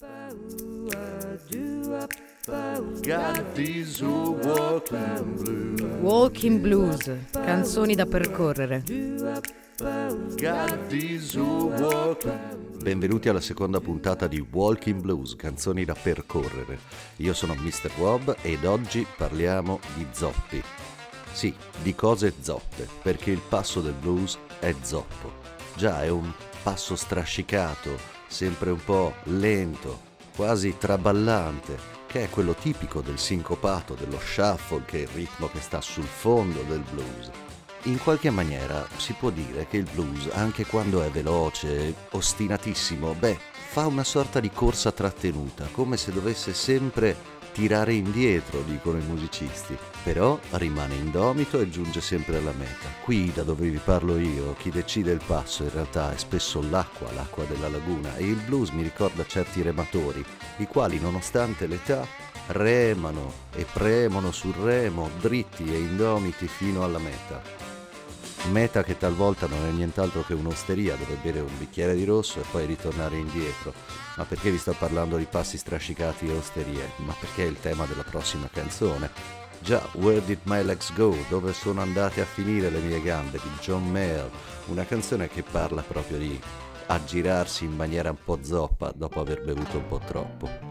Got these walking blues. Walking Blues, canzoni da percorrere. Got these walking. Benvenuti alla seconda puntata di Walking Blues, canzoni da percorrere. Io sono Mr. Wob ed oggi parliamo di zoppi. Sì, di cose zoppe, perché il passo del blues è zoppo. Già, è un passo strascicato, sempre un po' lento, quasi traballante, che è quello tipico del sincopato, dello shuffle, che è il ritmo che sta sul fondo del blues. In qualche maniera si può dire che il blues, anche quando è veloce, ostinatissimo, fa una sorta di corsa trattenuta, come se dovesse sempre tirare indietro, dicono i musicisti, però rimane indomito e giunge sempre alla meta. Qui, da dove vi parlo io, chi decide il passo in realtà è spesso l'acqua della laguna, e il blues mi ricorda certi rematori, i quali nonostante l'età remano e premono sul remo, dritti e indomiti fino alla meta. Meta che talvolta non è nient'altro che un'osteria dove bere un bicchiere di rosso e poi ritornare indietro. Ma perché vi sto parlando di passi strascicati e osterie? Ma perché è il tema della prossima canzone. Già, Where Did My Legs Go? Dove sono andate a finire le mie gambe? Di John Mayall, una canzone che parla proprio di aggirarsi in maniera un po' zoppa dopo aver bevuto un po' troppo.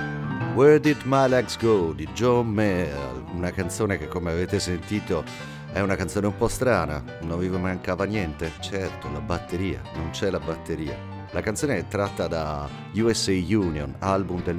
Where Did My Legs Go di John Mayall, una canzone che, come avete sentito, È una canzone un po' strana, non vi mancava niente? Certo, la batteria, non c'è la batteria. La canzone è tratta da USA Union, album del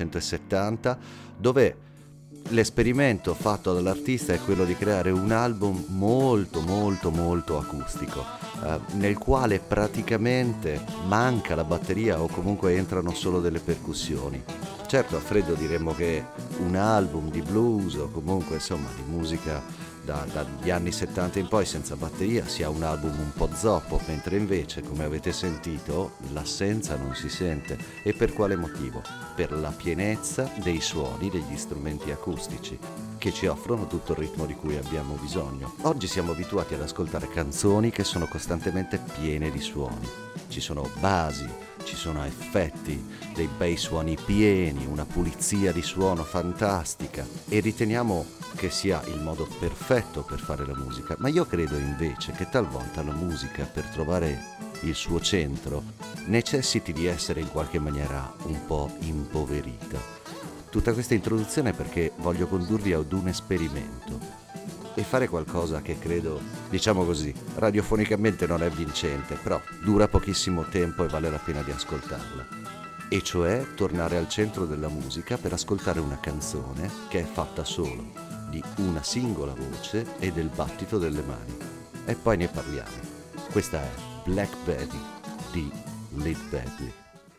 1970, dove l'esperimento fatto dall'artista è quello di creare un album molto molto molto acustico, nel quale praticamente manca la batteria o comunque entrano solo delle percussioni. Certo, a freddo diremmo che un album di blues o comunque insomma di musica dagli anni 70 in poi senza batteria sia un album un po' zoppo, mentre invece, come avete sentito, l'assenza non si sente. E per quale motivo? Per la pienezza dei suoni degli strumenti acustici, che ci offrono tutto il ritmo di cui abbiamo bisogno. Oggi siamo abituati ad ascoltare canzoni che sono costantemente piene di suoni. Ci sono basi, ci sono effetti, dei bei suoni pieni, una pulizia di suono fantastica e riteniamo che sia il modo perfetto per fare la musica, ma io credo invece che talvolta la musica, per trovare il suo centro, necessiti di essere in qualche maniera un po' impoverita. Tutta questa introduzione è perché voglio condurvi ad un esperimento e fare qualcosa che credo, diciamo così, radiofonicamente non è vincente, però dura pochissimo tempo e vale la pena di ascoltarla. E cioè tornare al centro della musica per ascoltare una canzone che è fatta solo di una singola voce e del battito delle mani. E poi ne parliamo. Questa è Black Betty di Lead Belly.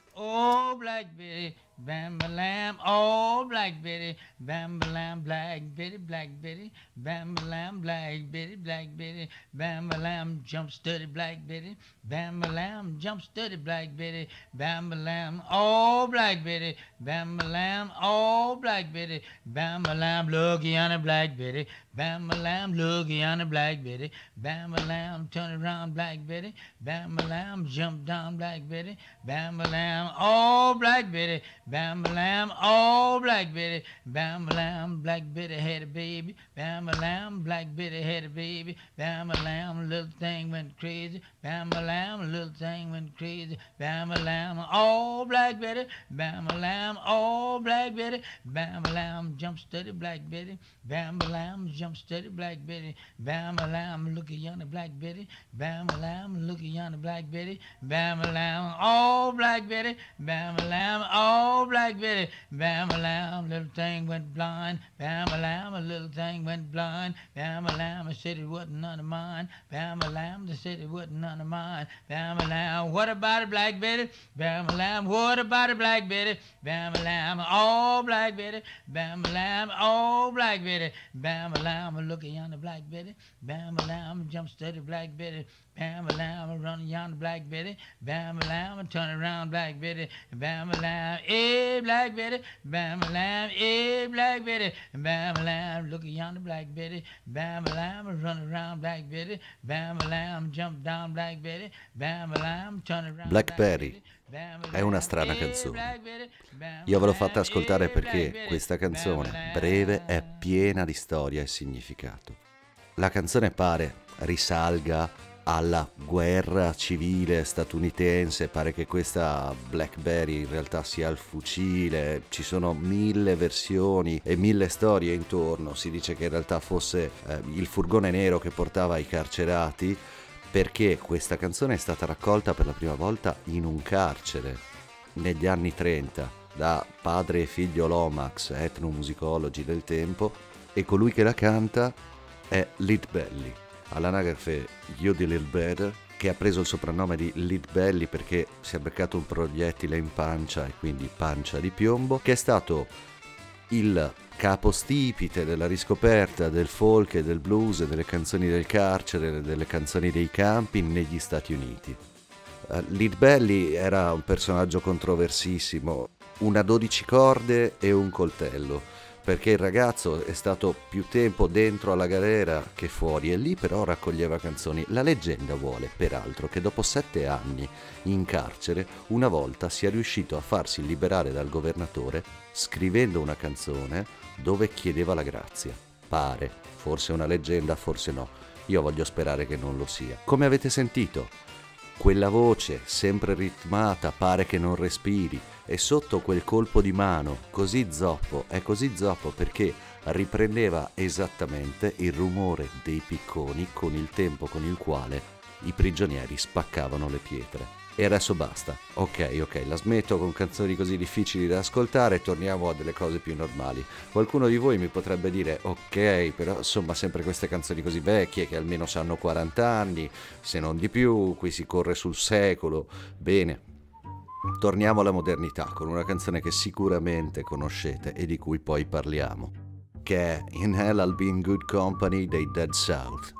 Oh, Black Betty, bam ba lam. Oh, Black Betty, bam ba lam. Black Betty, Black Betty, bam ba lam. Black Betty, Black Betty, bam ba lam. Jump steady, Black Betty, bam ba lam. Jump steady, Black Betty, bam ba lam. Oh, Black Betty, bam ba lam. Oh, Black Betty, bam ba lam. Looky on the Black Betty, bam ba lam. Looky on the Black Betty, bam ba lam. Turn around, Black Betty, bam ba lam. Jump down, Black Betty, bam ba lam. Oh, Black Betty, bam ba lam. Oh, Black Betty, bam ba lam. Black Betty had a baby, bam ba lam. Black Betty had a baby, bam ba lam. Little thing went crazy, bam ba lam. Little thing went crazy, bam ba lam. Oh, Black Betty, bam ba lam. Oh, Black Betty, bam ba lam. Jump steady, Black Betty, bam ba lam. Jump steady, Black Betty, bam ba lam. Look at yonder, Black Betty, bam ba lam. Look at yonder, Black Betty, bam ba lam. Oh, Black Betty, bam ba lam. Oh, Black Betty, bam ba lam. Little thing went blind, bam ba lam. A little thing went blind, bam ba lam. I said it wasn't none of mine, bam ba lam. They said it wasn't none of mine, bam ba lam. What about it, Black Betty, bam ba lam? What about it, Black Betty, bam ba lam? Oh, Black Betty, bam ba lam. Oh, Black Betty, bam ba lam. Look at yonder, Black Betty, bam ba lam. Jump steady, Black Betty, bam ba lam. Run yonder, Black Betty, bam ba lam. Turn around, Black Betty, bam ba lam. Hey, Black Betty, bam ba lam. Hey, Black Betty, bam ba lam. Look at yonder, Black Betty, bam ba lam. Run around, Black Betty, bam ba lam. Jump down, Black Betty, bam ba lam. Turn around, Black Betty è una strana canzone. Io ve l'ho fatta ascoltare perché questa canzone, breve, è piena di storia e significato. La canzone pare risalga alla guerra civile statunitense, pare che questa Blackberry in realtà sia il fucile, ci sono 1000 versioni e 1000 storie intorno. Si dice che in realtà fosse il furgone nero che portava i carcerati, perché questa canzone è stata raccolta per la prima volta in un carcere negli anni 30 da padre e figlio Lomax, etnomusicologi del tempo, e colui che la canta è Lead Belly, all'anagrafe You the Little Better, che ha preso il soprannome di Lead Belly perché si è beccato un proiettile in pancia e quindi pancia di piombo, che è stato il capostipite della riscoperta del folk e del blues, delle canzoni del carcere, delle canzoni dei campi negli Stati Uniti. Lead Belly era un personaggio controversissimo, una 12 corde e un coltello, perché il ragazzo è stato più tempo dentro alla galera che fuori e lì però raccoglieva canzoni. La leggenda vuole, peraltro, che dopo 7 anni in carcere una volta sia riuscito a farsi liberare dal governatore scrivendo una canzone dove chiedeva la grazia. Pare, forse una leggenda, forse no. Io voglio sperare che non lo sia. Come avete sentito, quella voce sempre ritmata, pare che non respiri, e sotto quel colpo di mano così zoppo, è così zoppo perché riprendeva esattamente il rumore dei picconi con il tempo con il quale i prigionieri spaccavano le pietre. E adesso basta, ok, la smetto con canzoni così difficili da ascoltare e torniamo a delle cose più normali. Qualcuno di voi mi potrebbe dire, ok, però insomma sempre queste canzoni così vecchie che almeno sanno 40 anni, se non di più, qui si corre sul secolo. Bene, torniamo alla modernità con una canzone che sicuramente conoscete e di cui poi parliamo, che è In Hell I'll Be in Good Company dei Dead South.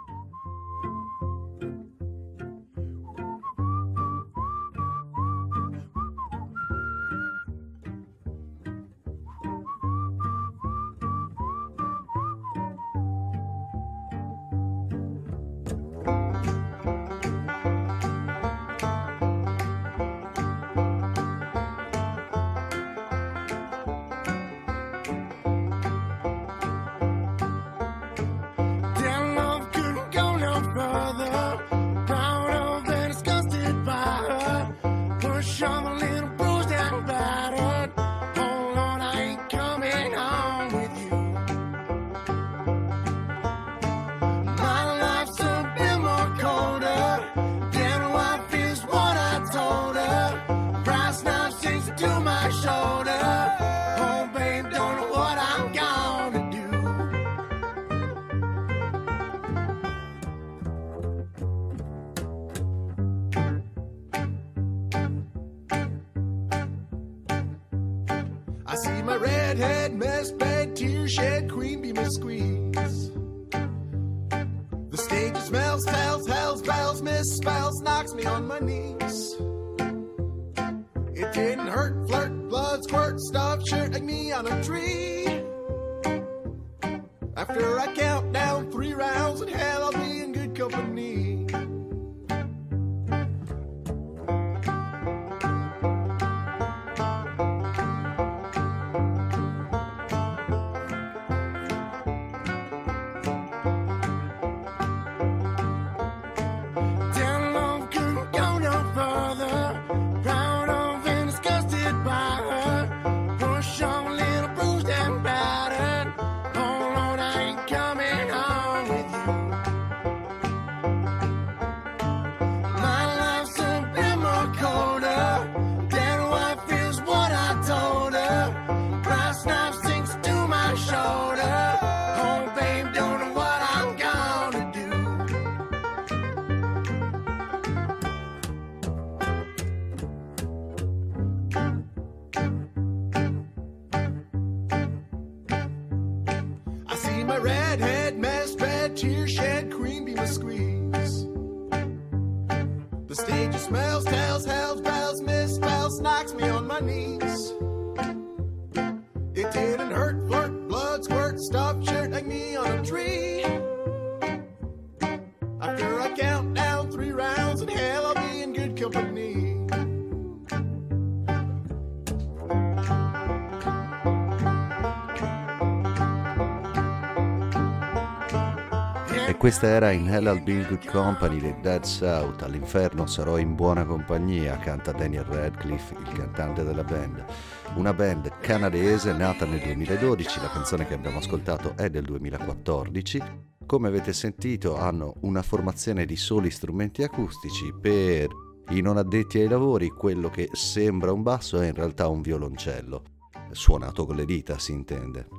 Questa era In Hell I'll Be in Good Company dei Dead South. All'inferno sarò in buona compagnia, canta Daniel Radcliffe, il cantante della band. Una band canadese nata nel 2012, la canzone che abbiamo ascoltato è del 2014. Come avete sentito hanno una formazione di soli strumenti acustici. Per i non addetti ai lavori quello che sembra un basso è in realtà un violoncello, suonato con le dita si intende.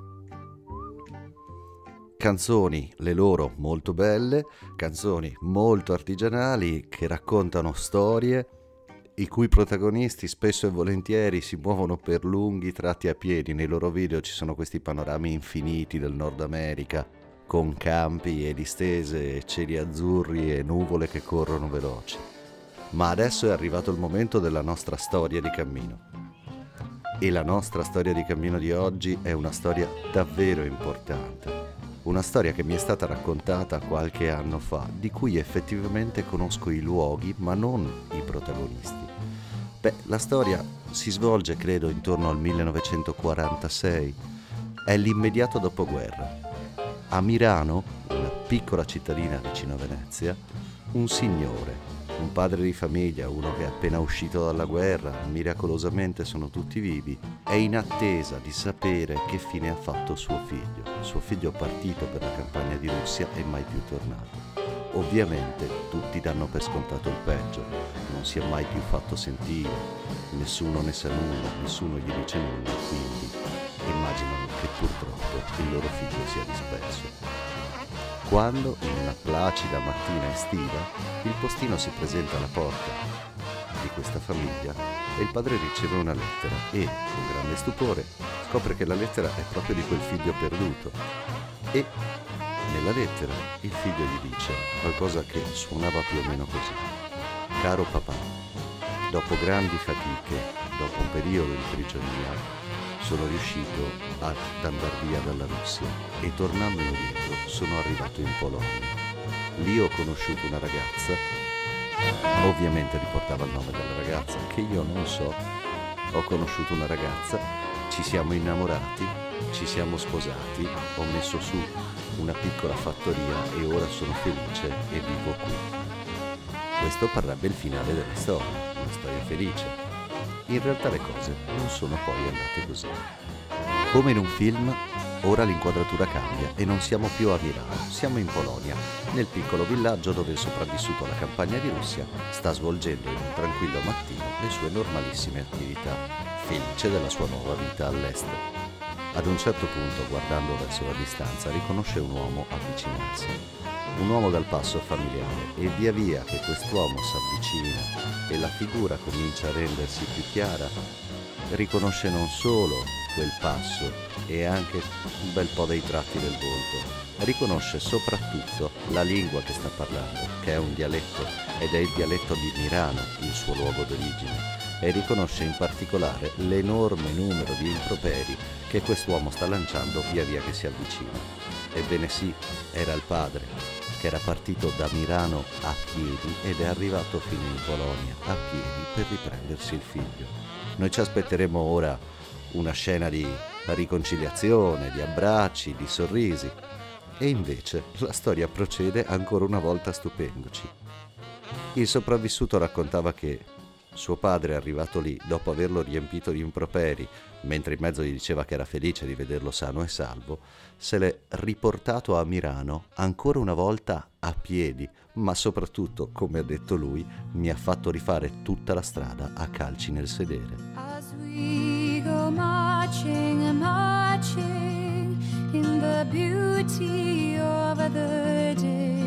Canzoni, le loro, molto belle, canzoni molto artigianali che raccontano storie i cui protagonisti spesso e volentieri si muovono per lunghi tratti a piedi. Nei loro video ci sono questi panorami infiniti del Nord America con campi e distese, cieli azzurri e nuvole che corrono veloci. Ma adesso è arrivato il momento della nostra storia di cammino. E la nostra storia di cammino di oggi è una storia davvero importante. Una storia che mi è stata raccontata qualche anno fa, di cui effettivamente conosco i luoghi, ma non i protagonisti. La storia si svolge, credo, intorno al 1946. È l'immediato dopoguerra. A Mirano, una piccola cittadina vicino a Venezia, un signore, un padre di famiglia, uno che è appena uscito dalla guerra, miracolosamente sono tutti vivi, è in attesa di sapere che fine ha fatto suo figlio. Suo figlio partito per la campagna di Russia e mai più tornato. Ovviamente tutti danno per scontato il peggio, non si è mai più fatto sentire, nessuno ne sa nulla, nessuno gli dice nulla, quindi immaginano che purtroppo il loro figlio sia disperso. Quando, in una placida mattina estiva, il postino si presenta alla porta di questa famiglia e il padre riceve una lettera e, con grande stupore, scopre che la lettera è proprio di quel figlio perduto. E nella lettera il figlio gli dice qualcosa che suonava più o meno così: caro papà, dopo grandi fatiche, dopo un periodo di prigionia, sono riuscito ad andare via dalla Russia e tornando indietro sono arrivato in Polonia. Lì ho conosciuto una ragazza, ovviamente riportava il nome della ragazza, che io non so. Ho conosciuto una ragazza, ci siamo innamorati, ci siamo sposati, ho messo su una piccola fattoria e ora sono felice e vivo qui. Questo parrebbe il finale della storia, una storia felice. In realtà le cose non sono poi andate così. Come in un film, ora l'inquadratura cambia e non siamo più a Milano, siamo in Polonia, nel piccolo villaggio dove il sopravvissuto alla campagna di Russia sta svolgendo in un tranquillo mattino le sue normalissime attività, felice della sua nuova vita all'estero. Ad un certo punto, guardando verso la distanza, riconosce un uomo avvicinarsi. Un uomo dal passo familiare, e via via che quest'uomo si avvicina e la figura comincia a rendersi più chiara, riconosce non solo quel passo e anche un bel po' dei tratti del volto, riconosce soprattutto la lingua che sta parlando, che è un dialetto, ed è il dialetto di Mirano, il suo luogo d'origine, e riconosce in particolare l'enorme numero di improperi che quest'uomo sta lanciando via via che si avvicina. Ebbene sì, era il padre, che era partito da Mirano a piedi ed è arrivato fino in Polonia a piedi per riprendersi il figlio. Noi ci aspetteremo ora una scena di riconciliazione, di abbracci, di sorrisi, e invece la storia procede ancora una volta stupendoci. Il sopravvissuto raccontava che suo padre è arrivato lì dopo averlo riempito di improperi, mentre in mezzo gli diceva che era felice di vederlo sano e salvo, se l'è riportato a Mirano ancora una volta a piedi, ma soprattutto, come ha detto lui, mi ha fatto rifare tutta la strada a calci nel sedere. As we go marching and marching in the beauty of the day,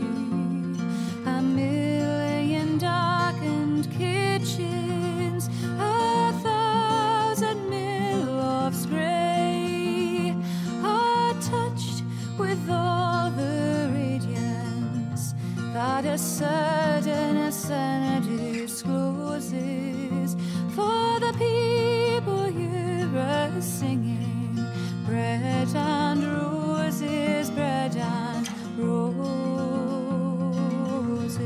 a million darkened kitchens, a thousand mil of spray are touched with all the radiance that a certain ascent discloses. For the people hear us singing, bread and roses, bread and roses.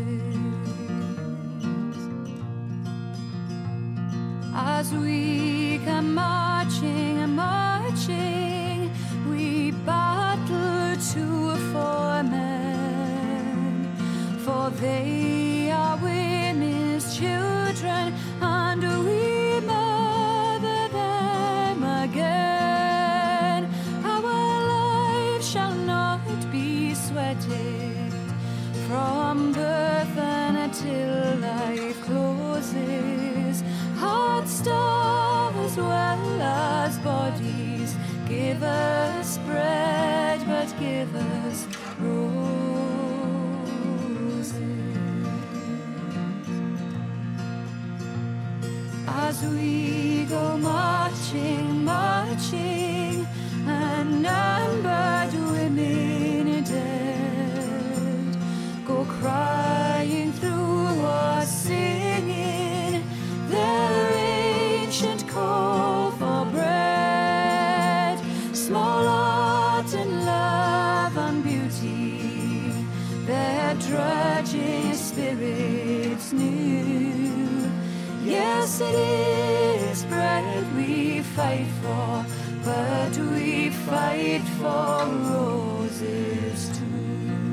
As we come marching and marching, we battle to for men, for they are women's children, and we mother them again. Our life shall not be sweated from birth until life closes. Hearts starve as well as bodies. Give us bread, but give us roses. As we go marching, marching, unnumbered women dead go crying through or singing their ancient call for bread. Small art and love and beauty, their drudging spirits new. Yes, it is bread we fight for, but we fight for roses too.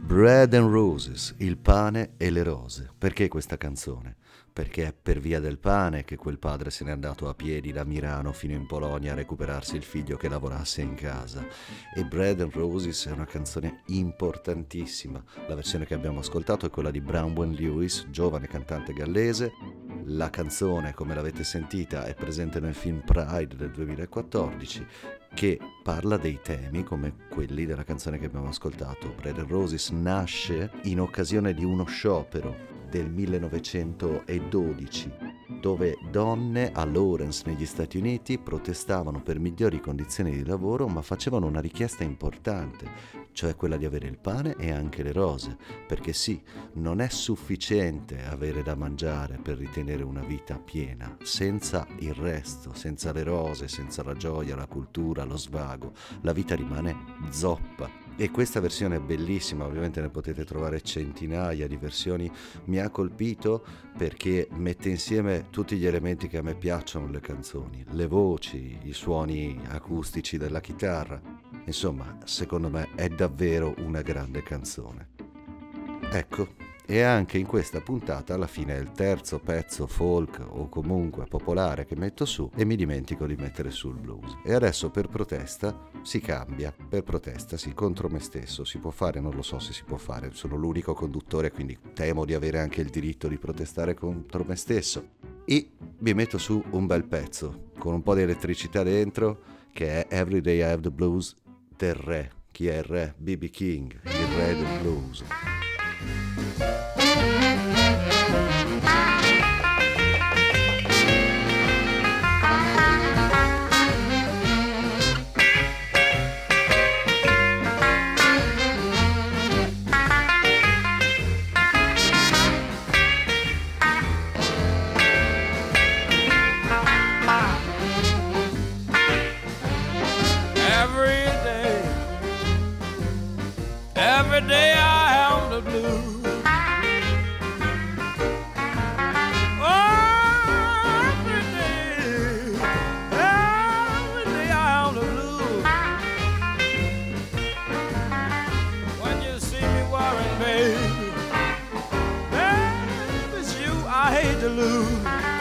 Bread and Roses, il pane e le rose. Perché questa canzone? Perché è per via del pane che quel padre se n'è andato a piedi da Milano fino in Polonia a recuperarsi il figlio che lavorasse in casa. E Bread and Roses è una canzone importantissima. La versione che abbiamo ascoltato è quella di Branwen Lewis, giovane cantante gallese. La canzone, come l'avete sentita, è presente nel film Pride del 2014, che parla dei temi come quelli della canzone che abbiamo ascoltato. Bread and Roses nasce in occasione di uno sciopero del 1912, dove donne a Lawrence negli Stati Uniti protestavano per migliori condizioni di lavoro, ma facevano una richiesta importante, cioè quella di avere il pane e anche le rose, perché sì, non è sufficiente avere da mangiare per ritenere una vita piena. Senza il resto, senza le rose, senza la gioia, la cultura, lo svago, la vita rimane zoppa. E questa versione è bellissima, ovviamente ne potete trovare centinaia di versioni. Mi ha colpito perché mette insieme tutti gli elementi che a me piacciono nelle canzoni, le voci, i suoni acustici della chitarra. Insomma, secondo me è davvero una grande canzone. Ecco, e anche in questa puntata alla fine è il terzo pezzo folk o comunque popolare che metto su e mi dimentico di mettere sul blues. E adesso per protesta si cambia, per protesta sì, contro me stesso. Si può fare? Non lo so se si può fare, sono l'unico conduttore, quindi temo di avere anche il diritto di protestare contro me stesso. E vi metto su un bel pezzo con un po' di elettricità dentro, che è Every Day I Have the Blues del re. Chi è il re? B.B. King, il re del blues. Every day I have the blues. Oh, every day I have the blues. When you see me worrying, baby, it's you I hate to lose.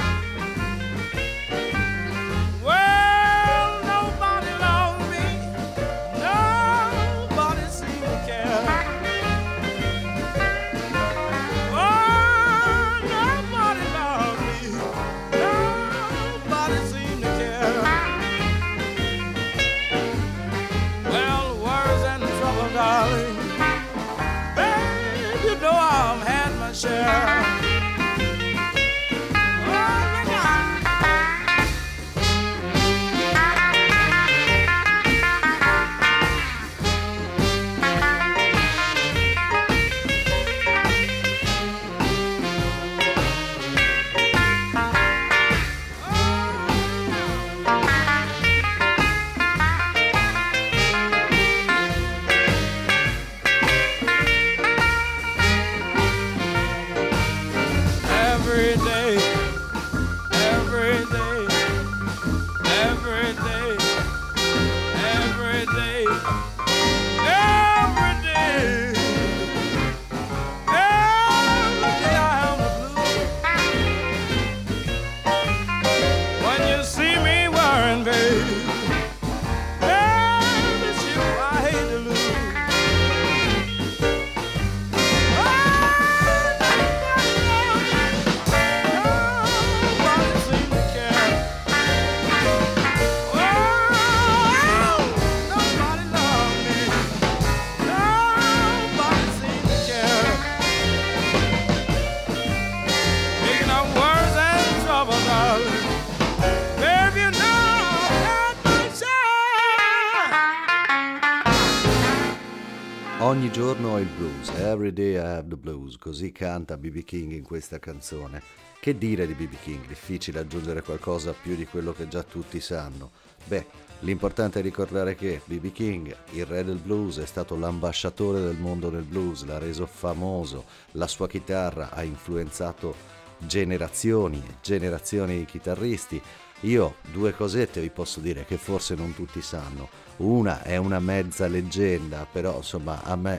Ogni giorno ho il blues, every day I have the blues, così canta B.B. King in questa canzone. Che dire di B.B. King? Difficile aggiungere qualcosa più di quello che già tutti sanno. Beh, l'importante è ricordare che B.B. King, il re del blues, è stato l'ambasciatore del mondo del blues, l'ha reso famoso, la sua chitarra ha influenzato generazioni e generazioni di chitarristi. Io due cosette vi posso dire che forse non tutti sanno. Una è una mezza leggenda, però insomma a me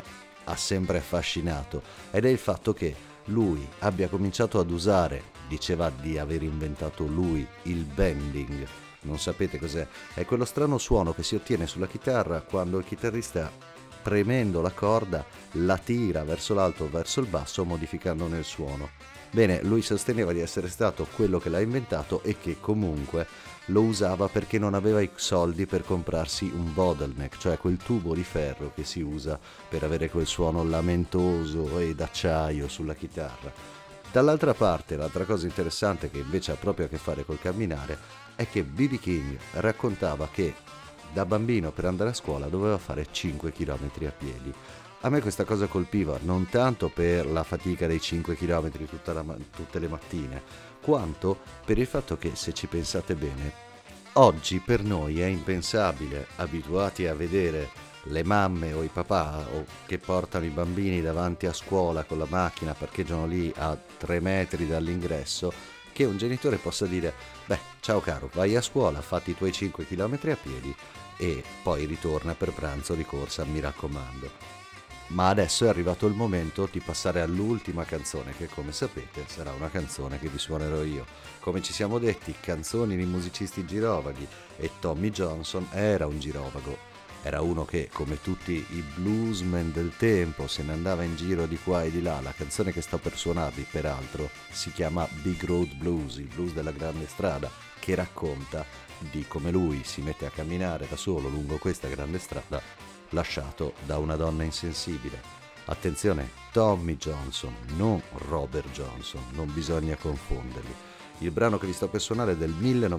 ha sempre affascinato ed è il fatto che lui abbia cominciato ad usare, diceva di aver inventato lui, il bending. Non sapete cos'è? È quello strano suono che si ottiene sulla chitarra quando il chitarrista, premendo la corda, la tira verso l'alto o verso il basso modificandone il suono. Bene, lui sosteneva di essere stato quello che l'ha inventato e che comunque lo usava perché non aveva i soldi per comprarsi un bottleneck, cioè quel tubo di ferro che si usa per avere quel suono lamentoso e d'acciaio sulla chitarra. Dall'altra parte, l'altra cosa interessante che invece ha proprio a che fare col camminare è che B.B. King raccontava che da bambino per andare a scuola doveva fare 5 km a piedi. A me questa cosa colpiva non tanto per la fatica dei 5 km tutte le mattine, quanto per il fatto che, se ci pensate bene, oggi per noi è impensabile, abituati a vedere le mamme o i papà che portano i bambini davanti a scuola con la macchina, parcheggiano lì a 3 metri dall'ingresso, che un genitore possa dire: beh, ciao caro, vai a scuola, fatti i tuoi 5 km a piedi e poi ritorna per pranzo di corsa, mi raccomando. Ma adesso è arrivato il momento di passare all'ultima canzone, che come sapete sarà una canzone che vi suonerò io. Come ci siamo detti, canzoni di musicisti girovaghi, e Tommy Johnson era un girovago. Era uno che, come tutti i bluesmen del tempo, se ne andava in giro di qua e di là. La canzone che sto per suonarvi, peraltro, si chiama Big Road Blues, il blues della grande strada, che racconta di come lui si mette a camminare da solo lungo questa grande strada, lasciato da una donna insensibile. Attenzione, Tommy Johnson, non Robert Johnson, non bisogna confonderli. Il brano che vi sto per suonare è del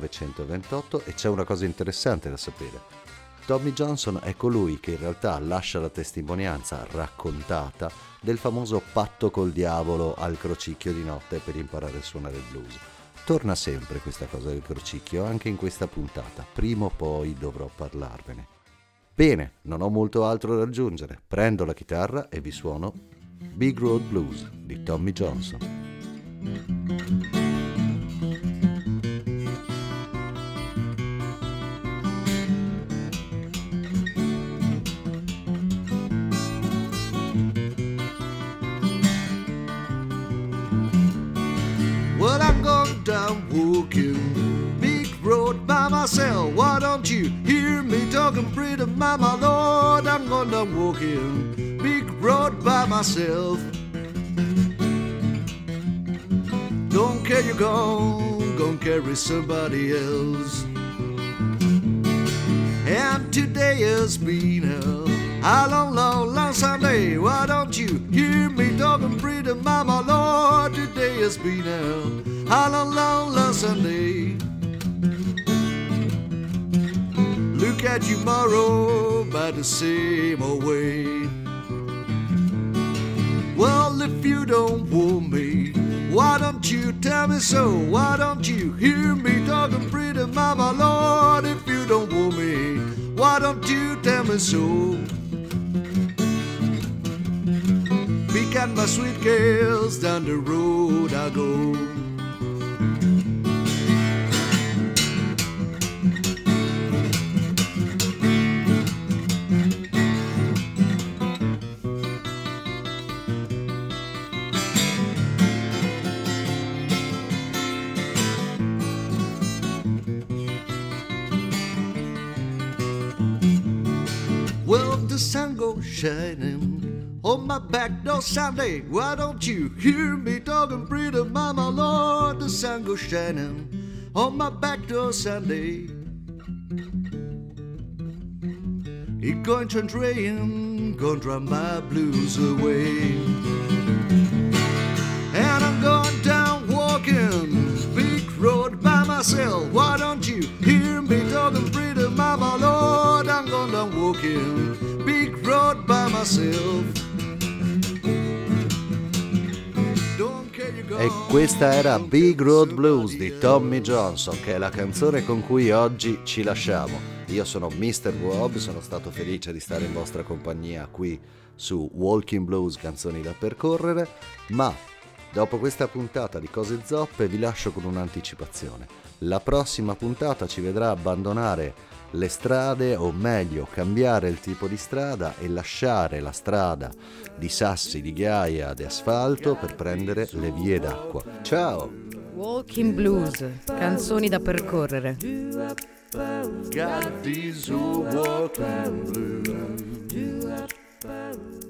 1928 e c'è una cosa interessante da sapere. Tommy Johnson è colui che in realtà lascia la testimonianza raccontata del famoso patto col diavolo al crocicchio di notte per imparare a suonare il blues. Torna sempre questa cosa del crocicchio anche in questa puntata, prima o poi dovrò parlarvene. Bene, non ho molto altro da aggiungere, prendo la chitarra e vi suono Big Road Blues di Tommy Johnson. Well, I'm going down walking big road by myself. Why don't you hear me talking pretty mama, Lord? I'm going down walking big road by myself. Don't care you're gone carry somebody else. And today has been a long Sunday. Why don't you hear me talking pretty mama, Lord? Today has been a long Sunday. Look at you tomorrow by the same old way. Well, if you don't want me, why don't you tell me so? Why don't you hear me talking pretty mama, Lord? If you don't want me, why don't you tell me so? Me and my sweet girls, down the road I go. Well, the sun goes shining on my back door Sunday. Why don't you hear me talking pretty mama, Lord? The sun goes shining on my back door Sunday. It's going to rain, gonna drive my blues away. And I'm going down walking big road by myself. Why don't you hear me talking pretty mama, Lord? I'm going down walking big road by myself. E questa era Big Road Blues di Tommy Johnson, che è la canzone con cui oggi ci lasciamo. Io sono Mr. Wob, sono stato felice di stare in vostra compagnia qui su Walking Blues, canzoni da percorrere, ma Dopo questa puntata di Cose Zoppe vi lascio con un'anticipazione. La prossima puntata ci vedrà abbandonare le strade, o meglio cambiare il tipo di strada e lasciare la strada di sassi, di ghiaia, di asfalto per prendere le vie d'acqua. Ciao! Walking Blues, canzoni da percorrere. Got these old walking blues.